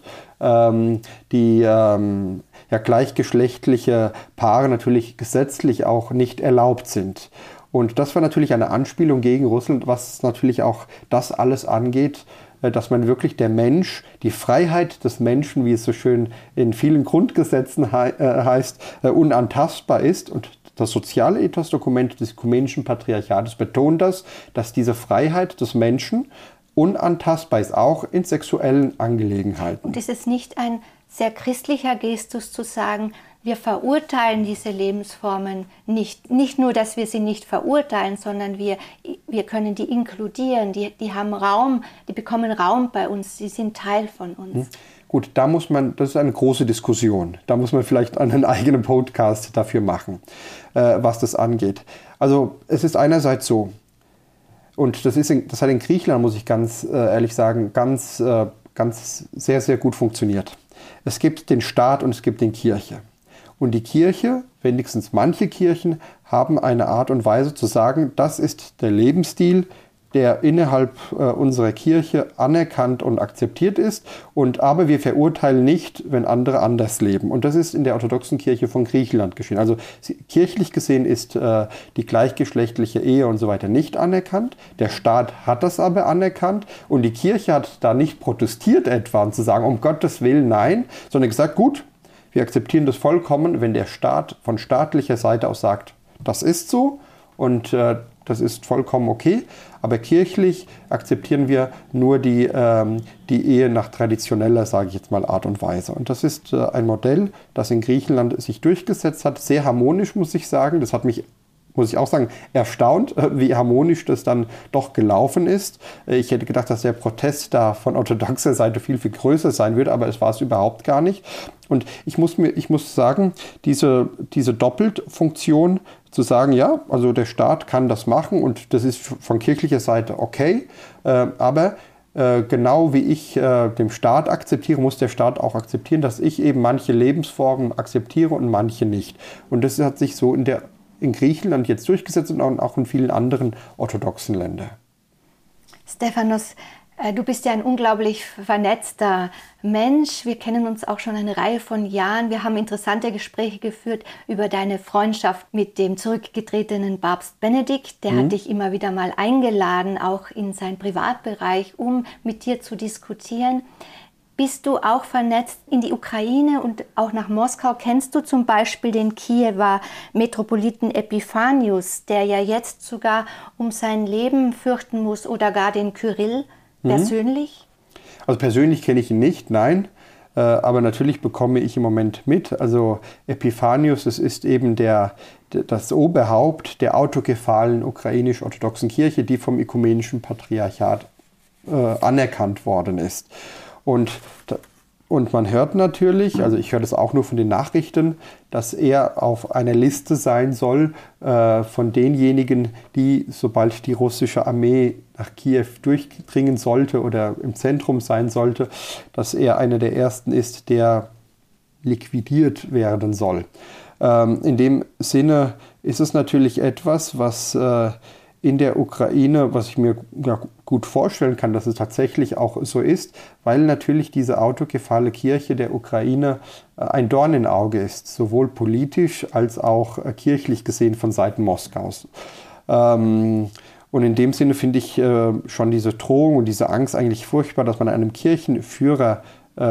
gleichgeschlechtliche Paare natürlich gesetzlich auch nicht erlaubt sind. Und das war natürlich eine Anspielung gegen Russland, was natürlich auch das alles angeht, dass man wirklich der Mensch, die Freiheit des Menschen, wie es so schön in vielen Grundgesetzen heißt, unantastbar ist. Und das Sozialethos-Dokument des ökumenischen Patriarchates betont das, dass diese Freiheit des Menschen unantastbar ist, auch in sexuellen Angelegenheiten. Und ist es nicht ein sehr christlicher Gestus zu sagen, wir verurteilen diese Lebensformen nicht. Nicht nur, dass wir sie nicht verurteilen, sondern wir können die inkludieren, die haben Raum, die bekommen Raum bei uns, sie sind Teil von uns. Gut, das ist eine große Diskussion. Da muss man vielleicht einen eigenen Podcast dafür machen, was das angeht. Also es ist einerseits so, und das hat in Griechenland, muss ich ganz ehrlich sagen, ganz sehr, sehr gut funktioniert. Es gibt den Staat und es gibt die Kirche. Und die Kirche, wenigstens manche Kirchen, haben eine Art und Weise zu sagen, das ist der Lebensstil, der innerhalb unserer Kirche anerkannt und akzeptiert ist. Aber wir verurteilen nicht, wenn andere anders leben. Und das ist in der orthodoxen Kirche von Griechenland geschehen. Also kirchlich gesehen ist die gleichgeschlechtliche Ehe und so weiter nicht anerkannt. Der Staat hat das aber anerkannt. Und die Kirche hat da nicht protestiert etwa, um zu sagen, um Gottes Willen nein, sondern gesagt, gut, wir akzeptieren das vollkommen, wenn der Staat von staatlicher Seite aus sagt, das ist so und das ist vollkommen okay. Aber kirchlich akzeptieren wir nur die Ehe nach traditioneller, sage ich jetzt mal, Art und Weise. Und das ist ein Modell, das in Griechenland sich durchgesetzt hat. Sehr harmonisch, muss ich sagen. Das hat mich, muss ich auch sagen, erstaunt, wie harmonisch das dann doch gelaufen ist. Ich hätte gedacht, dass der Protest da von orthodoxer Seite viel, viel größer sein würde, aber es war es überhaupt gar nicht. Und ich muss sagen, diese Doppelfunktion zu sagen, ja, also der Staat kann das machen und das ist von kirchlicher Seite okay, aber genau wie ich dem Staat akzeptiere, muss der Staat auch akzeptieren, dass ich eben manche Lebensformen akzeptiere und manche nicht. Und das hat sich so in Griechenland jetzt durchgesetzt und auch in vielen anderen orthodoxen Ländern. Stephanos, du bist ja ein unglaublich vernetzter Mensch. Wir kennen uns auch schon eine Reihe von Jahren. Wir haben interessante Gespräche geführt über deine Freundschaft mit dem zurückgetretenen Papst Benedikt. Der hat dich immer wieder mal eingeladen, auch in seinen Privatbereich, um mit dir zu diskutieren. bist du auch vernetzt in die Ukraine und auch nach Moskau. Kennst du zum Beispiel den Kiewer Metropoliten Epiphanius, der ja jetzt sogar um sein Leben fürchten muss, oder gar den Kyrill persönlich? Also persönlich kenne ich ihn nicht, nein. Aber natürlich bekomme ich im Moment mit. Also Epiphanius, das ist eben das Oberhaupt der autokephalen ukrainisch-orthodoxen Kirche, die vom Ökumenischen Patriarchat anerkannt worden ist. Und man hört natürlich, also ich höre das auch nur von den Nachrichten, dass er auf einer Liste sein soll von denjenigen, die, sobald die russische Armee nach Kiew durchdringen sollte oder im Zentrum sein sollte, dass er einer der Ersten ist, der liquidiert werden soll. In dem Sinne ist es natürlich etwas, was in der Ukraine, was ich mir gut vorstellen kann, dass es tatsächlich auch so ist, weil natürlich diese autokephale Kirche der Ukraine ein Dorn im Auge ist, sowohl politisch als auch kirchlich gesehen von Seiten Moskaus. Und in dem Sinne finde ich schon diese Drohung und diese Angst eigentlich furchtbar, dass man einem Kirchenführer,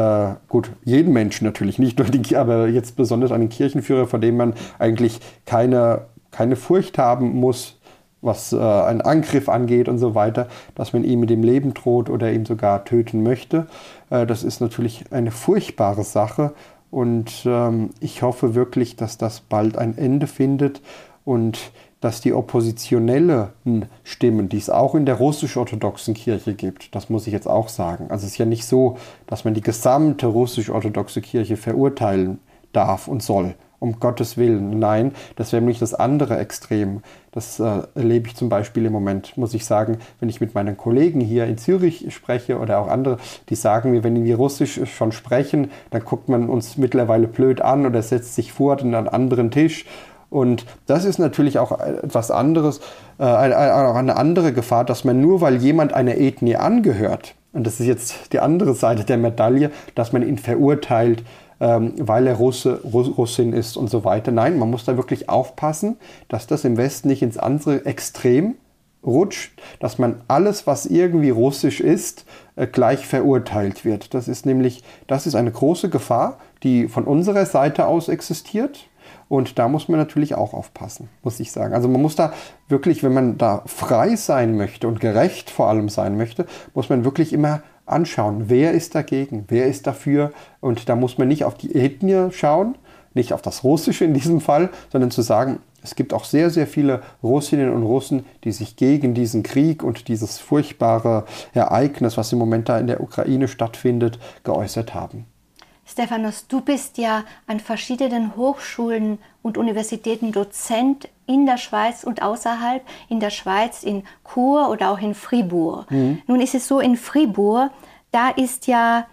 jeden Menschen natürlich, nicht nur aber jetzt besonders einen Kirchenführer, vor dem man eigentlich keine Furcht haben muss, was einen Angriff angeht und so weiter, dass man ihm mit dem Leben droht oder ihm sogar töten möchte. Das ist natürlich eine furchtbare Sache und ich hoffe wirklich, dass das bald ein Ende findet und dass die oppositionellen Stimmen, die es auch in der russisch-orthodoxen Kirche gibt, das muss ich jetzt auch sagen. Also es ist ja nicht so, dass man die gesamte russisch-orthodoxe Kirche verurteilen darf und soll. Um Gottes Willen, nein, das wäre nämlich das andere Extrem. Das erlebe ich zum Beispiel im Moment, muss ich sagen, wenn ich mit meinen Kollegen hier in Zürich spreche oder auch andere, die sagen mir, wenn wir Russisch schon sprechen, dann guckt man uns mittlerweile blöd an oder setzt sich vor an einen anderen Tisch. Und das ist natürlich auch etwas anderes, auch eine andere Gefahr, dass man nur, weil jemand einer Ethnie angehört, und das ist jetzt die andere Seite der Medaille, dass man ihn verurteilt, weil er Russin ist und so weiter. Nein, man muss da wirklich aufpassen, dass das im Westen nicht ins andere Extrem rutscht, dass man alles, was irgendwie russisch ist, gleich verurteilt wird. Das ist eine große Gefahr, die von unserer Seite aus existiert. Und da muss man natürlich auch aufpassen, muss ich sagen. Also man muss da wirklich, wenn man da frei sein möchte und gerecht vor allem sein möchte, muss man wirklich immer anschauen, wer ist dagegen, wer ist dafür. Und da muss man nicht auf die Ethnie schauen, nicht auf das Russische in diesem Fall, sondern zu sagen, es gibt auch sehr, sehr viele Russinnen und Russen, die sich gegen diesen Krieg und dieses furchtbare Ereignis, was im Moment da in der Ukraine stattfindet, geäußert haben. Stephanos, du bist ja an verschiedenen Hochschulen und Universitäten Dozent in der Schweiz und außerhalb, in der Schweiz, in Chur oder auch in Fribourg. Nun ist es so, in Fribourg, da ist ja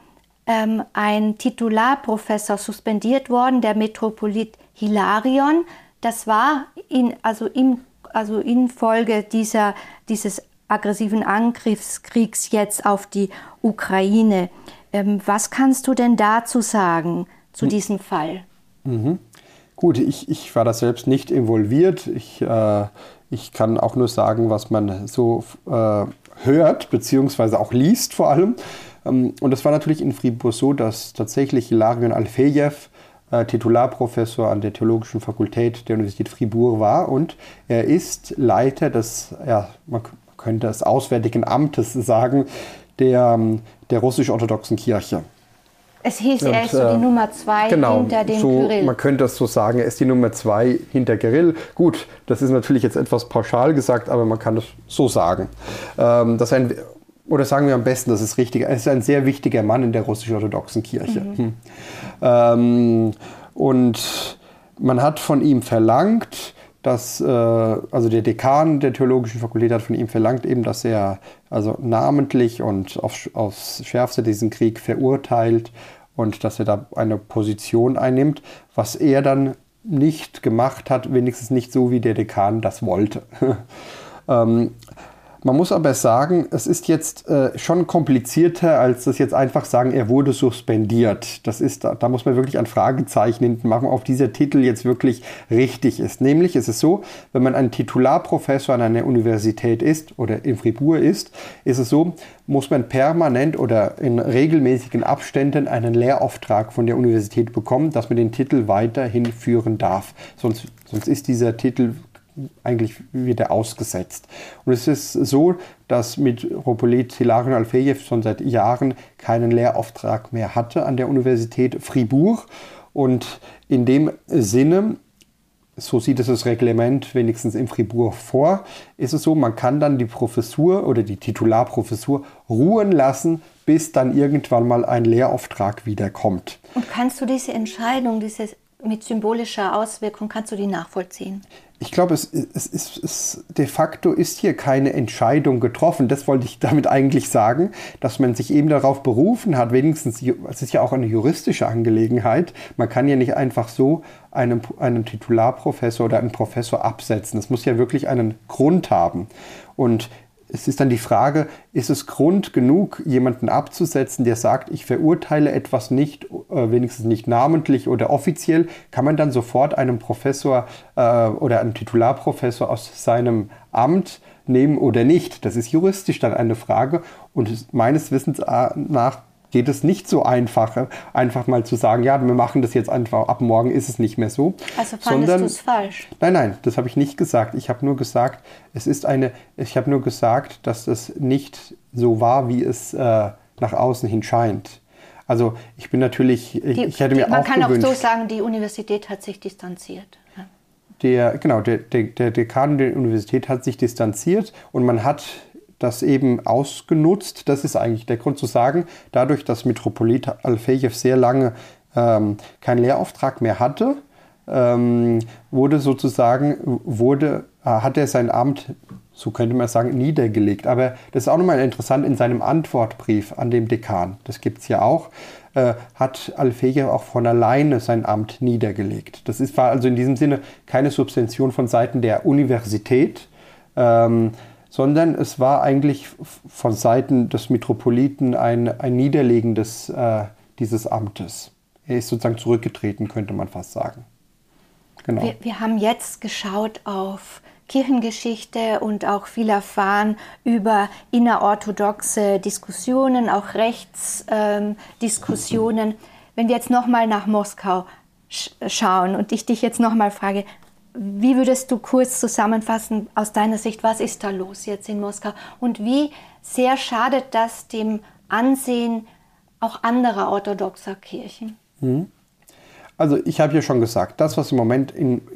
ein Titularprofessor suspendiert worden, der Metropolit Hilarion. Das war infolge dieses aggressiven Angriffskriegs jetzt auf die Ukraine. Was kannst du denn dazu sagen, zu diesem Fall? Gut, ich war da selbst nicht involviert. Ich kann auch nur sagen, was man so hört, beziehungsweise auch liest vor allem. Und es war natürlich in Fribourg so, dass tatsächlich Hilarion Alfejew Titularprofessor an der Theologischen Fakultät der Universität Fribourg war. Und er ist Leiter des, man könnte es Auswärtigen Amtes sagen, der russisch-orthodoxen Kirche. Es hieß, er ist so die Nummer 2 hinter dem Kyrill. Man könnte das so sagen, er ist die Nummer 2 hinter Kyrill. Gut, das ist natürlich jetzt etwas pauschal gesagt, aber man kann das so sagen. Oder sagen wir am besten, das ist richtig, er ist ein sehr wichtiger Mann in der russisch-orthodoxen Kirche. Und man hat von ihm verlangt, also der Dekan der Theologischen Fakultät hat von ihm verlangt, eben, dass er also namentlich und aufs Schärfste diesen Krieg verurteilt und dass er da eine Position einnimmt, was er dann nicht gemacht hat, wenigstens nicht so, wie der Dekan das wollte. Man muss aber sagen, es ist jetzt schon komplizierter, als das jetzt einfach sagen, er wurde suspendiert. Da muss man wirklich ein Fragezeichen hinten machen, ob dieser Titel jetzt wirklich richtig ist. Nämlich ist es so, wenn man ein Titularprofessor an einer Universität ist oder in Fribourg ist es so, muss man permanent oder in regelmäßigen Abständen einen Lehrauftrag von der Universität bekommen, dass man den Titel weiterhin führen darf. Sonst ist dieser Titel eigentlich wieder ausgesetzt. Und es ist so, dass Metropolit Hilarion Alfejew schon seit Jahren keinen Lehrauftrag mehr hatte an der Universität Fribourg. Und in dem Sinne, so sieht es das Reglement wenigstens in Fribourg vor, ist es so, man kann dann die Professur oder die Titularprofessur ruhen lassen, bis dann irgendwann mal ein Lehrauftrag wiederkommt. Und kannst du diese Entscheidung, diese mit symbolischer Auswirkung, kannst du die nachvollziehen? Ich glaube, de facto ist hier keine Entscheidung getroffen. Das wollte ich damit eigentlich sagen, dass man sich eben darauf berufen hat, wenigstens, es ist ja auch eine juristische Angelegenheit, man kann ja nicht einfach so einen Titularprofessor oder einen Professor absetzen. Das muss ja wirklich einen Grund haben. Und es ist dann die Frage, ist es Grund genug, jemanden abzusetzen, der sagt, ich verurteile etwas nicht, wenigstens nicht namentlich oder offiziell, kann man dann sofort einen Professor oder einen Titularprofessor aus seinem Amt nehmen oder nicht? Das ist juristisch dann eine Frage und meines Wissens nach geht es nicht so einfach mal zu sagen, ja, wir machen das jetzt einfach, ab morgen ist es nicht mehr so. Also fandest du es falsch? Nein, das habe ich nicht gesagt. Ich habe nur gesagt, dass es nicht so war, wie es nach außen hin scheint. Also ich bin natürlich, ich hätte mir auch gewünscht. Man kann auch so sagen, die Universität hat sich distanziert. Der Dekan der Universität hat sich distanziert und man hat das eben ausgenutzt. Das ist eigentlich der Grund zu sagen, dadurch, dass Metropolit Alfejew sehr lange keinen Lehrauftrag mehr hatte, hat er sein Amt, so könnte man sagen, niedergelegt. Aber das ist auch nochmal interessant, in seinem Antwortbrief an den Dekan, das gibt es ja auch, hat Alfejew auch von alleine sein Amt niedergelegt. War also in diesem Sinne keine Subvention von Seiten der Universität, sondern es war eigentlich von Seiten des Metropoliten ein Niederlegen dieses Amtes. Er ist sozusagen zurückgetreten, könnte man fast sagen. Genau. Wir haben jetzt geschaut auf Kirchengeschichte und auch viel erfahren über innerorthodoxe Diskussionen, auch Rechtsdiskussionen. Wenn wir jetzt nochmal nach Moskau schauen und ich dich jetzt nochmal frage, wie würdest du kurz zusammenfassen aus deiner Sicht, was ist da los jetzt in Moskau und wie sehr schadet das dem Ansehen auch anderer orthodoxer Kirchen? Also ich habe ja schon gesagt, das, was im Moment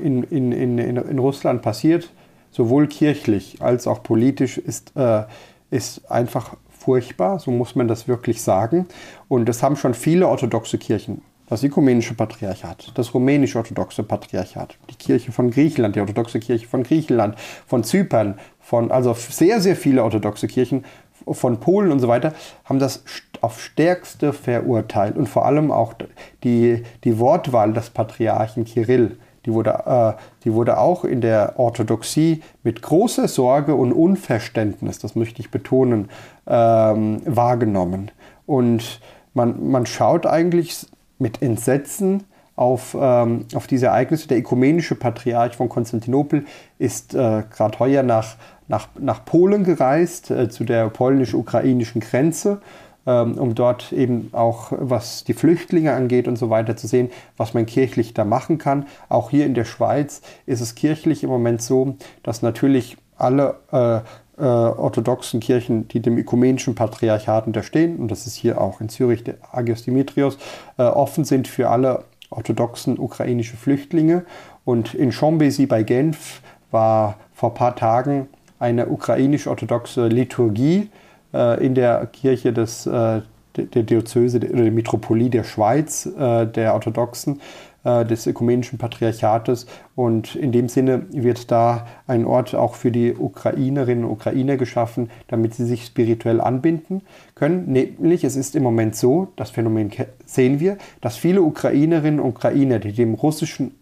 in Russland passiert, sowohl kirchlich als auch politisch, ist einfach furchtbar, so muss man das wirklich sagen. Und das haben schon viele orthodoxe Kirchen. Das ökumenische Patriarchat, das rumänisch-orthodoxe Patriarchat, die Kirche von Griechenland, die orthodoxe Kirche von Griechenland, von Zypern, also sehr, sehr viele orthodoxe Kirchen von Polen und so weiter, haben das auf Stärkste verurteilt. Und vor allem auch die Wortwahl des Patriarchen Kirill, die wurde auch in der Orthodoxie mit großer Sorge und Unverständnis, das möchte ich betonen, wahrgenommen. Und man schaut eigentlich mit Entsetzen auf diese Ereignisse. Der ökumenische Patriarch von Konstantinopel ist gerade heuer nach Polen gereist, zu der polnisch-ukrainischen Grenze, um dort eben auch, was die Flüchtlinge angeht und so weiter, zu sehen, was man kirchlich da machen kann. Auch hier in der Schweiz ist es kirchlich im Moment so, dass natürlich alle orthodoxen Kirchen, die dem ökumenischen Patriarchat unterstehen, und das ist hier auch in Zürich der Agios Dimitrios, offen sind für alle orthodoxen ukrainische Flüchtlinge. Und in Chambézy bei Genf war vor ein paar Tagen eine ukrainisch-orthodoxe Liturgie in der Kirche der Diözese oder der Metropolie der Schweiz, der Orthodoxen, des ökumenischen Patriarchates. Und in dem Sinne wird da ein Ort auch für die Ukrainerinnen und Ukrainer geschaffen, damit sie sich spirituell anbinden können. Nämlich, es ist im Moment so, das Phänomen sehen wir, dass viele Ukrainerinnen und Ukrainer, die dem russischen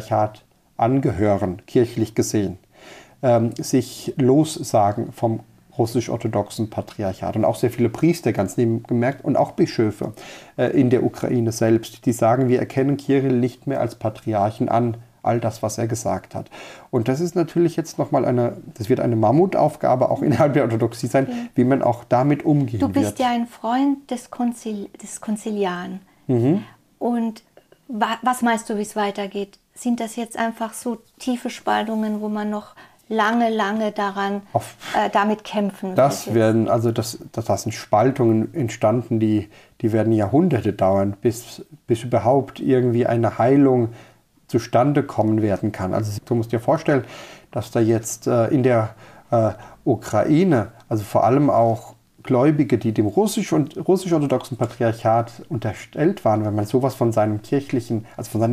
Patriarchat angehören, kirchlich gesehen, sich lossagen vom russisch-orthodoxen Patriarchat und auch sehr viele Priester, ganz nebengemerkt, und auch Bischöfe in der Ukraine selbst, die sagen, wir erkennen Kirill nicht mehr als Patriarchen an, all das, was er gesagt hat. Und das ist natürlich jetzt nochmal das wird eine Mammutaufgabe auch innerhalb der Orthodoxie sein, wie man auch damit umgehen wird. Du bist ja ein Freund des Konziliaren. Und was meinst du, wie es weitergeht? Sind das jetzt einfach so tiefe Spaltungen, wo man noch lange daran damit kämpfen wird? Das sind Spaltungen entstanden, die werden Jahrhunderte dauern, bis überhaupt irgendwie eine Heilung zustande kommen werden kann. Also du musst dir vorstellen, dass da jetzt in der Ukraine, also vor allem auch Gläubige, die dem russisch-orthodoxen Patriarchat unterstellt waren, wenn man sowas von seinem kirchlichen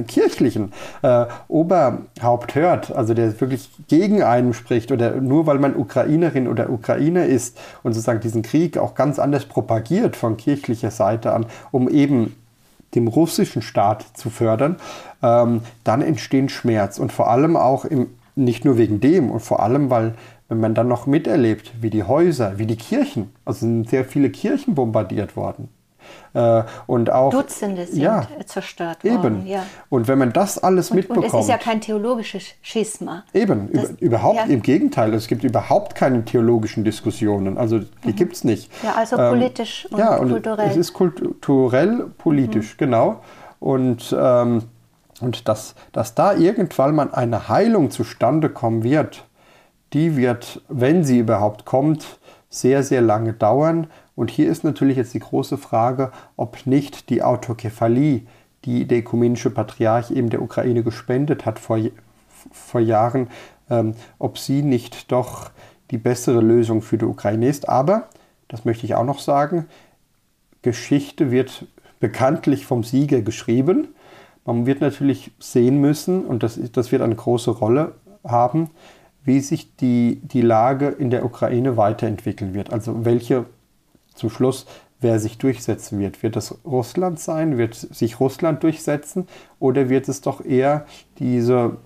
Oberhaupt hört, also der wirklich gegen einen spricht oder nur weil man Ukrainerin oder Ukrainer ist und sozusagen diesen Krieg auch ganz anders propagiert von kirchlicher Seite an, um eben dem russischen Staat zu fördern, dann entsteht Schmerz. Und vor allem auch, nicht nur wegen dem, und vor allem, weil, wenn man dann noch miterlebt, wie die Häuser, wie die Kirchen, also sind sehr viele Kirchen bombardiert worden. Und auch Dutzende sind zerstört Eben. worden. Ja. Und wenn man das alles mitbekommt... Und es ist ja kein theologisches Schisma. Eben, überhaupt im Gegenteil. Es gibt überhaupt keine theologischen Diskussionen. Also die gibt es nicht. Ja, also politisch und kulturell. Es ist kulturell, politisch, genau. Und dass da irgendwann mal eine Heilung zustande kommen wird, die wird, wenn sie überhaupt kommt, sehr, sehr lange dauern. Und hier ist natürlich jetzt die große Frage, ob nicht die Autokephalie, die der ökumenische Patriarch eben der Ukraine gespendet hat vor Jahren, ob sie nicht doch die bessere Lösung für die Ukraine ist. Aber, das möchte ich auch noch sagen, Geschichte wird bekanntlich vom Sieger geschrieben. Man wird natürlich sehen müssen, und das wird eine große Rolle haben, wie sich die Lage in der Ukraine weiterentwickeln wird. Also zum Schluss, wer sich durchsetzen wird. Wird das Russland sein? Wird sich Russland durchsetzen? Oder wird es doch eher die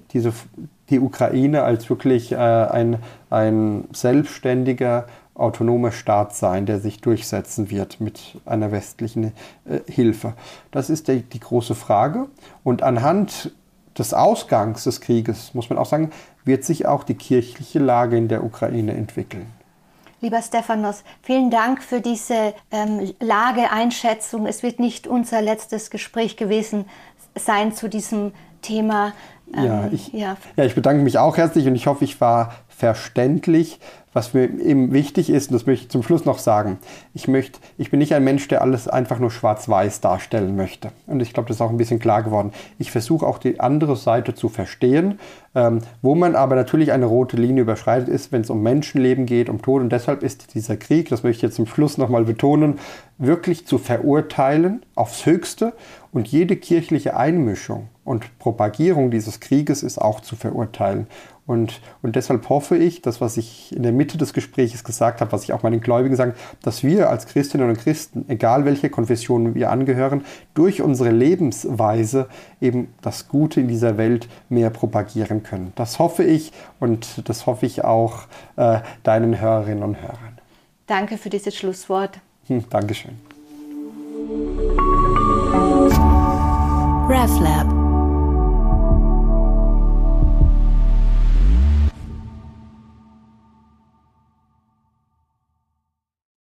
Ukraine als wirklich ein selbstständiger, autonomer Staat sein, der sich durchsetzen wird mit einer westlichen Hilfe? Das ist die große Frage. Und anhand des Ausgangs des Krieges, muss man auch sagen, wird sich auch die kirchliche Lage in der Ukraine entwickeln. Lieber Stefanos, vielen Dank für diese Lageeinschätzung. Es wird nicht unser letztes Gespräch gewesen sein zu diesem Thema. Ich bedanke mich auch herzlich und ich hoffe, ich war verständlich. Was mir eben wichtig ist, und das möchte ich zum Schluss noch sagen, ich bin nicht ein Mensch, der alles einfach nur schwarz-weiß darstellen möchte. Und ich glaube, das ist auch ein bisschen klar geworden. Ich versuche auch die andere Seite zu verstehen, wo man aber natürlich eine rote Linie überschreitet ist, wenn es um Menschenleben geht, um Tod. Und deshalb ist dieser Krieg, das möchte ich jetzt zum Schluss nochmal betonen, wirklich zu verurteilen aufs Höchste. Und jede kirchliche Einmischung und Propagierung dieses Krieges ist auch zu verurteilen. Und deshalb hoffe ich, das, was ich in der Mitte des Gesprächs gesagt habe, was ich auch meinen Gläubigen sage, dass wir als Christinnen und Christen, egal welche Konfession wir angehören, durch unsere Lebensweise eben das Gute in dieser Welt mehr propagieren können. Das hoffe ich und das hoffe ich auch deinen Hörerinnen und Hörern. Danke für dieses Schlusswort. Dankeschön. RefLab